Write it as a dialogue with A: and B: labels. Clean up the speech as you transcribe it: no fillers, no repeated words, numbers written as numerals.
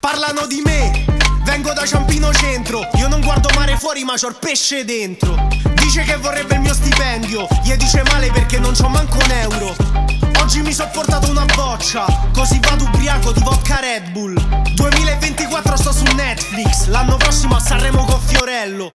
A: Parlano di me, vengo da Ciampino Centro. Io non guardo mare fuori ma c'ho il pesce dentro. Dice che vorrebbe il mio stipendio, gli dice male perché non c'ho manco un euro. Oggi mi so portato una boccia, così vado ubriaco di vodka Red Bull. 2024 sto su Netflix, l'anno prossimo a Sanremo con Fiorello.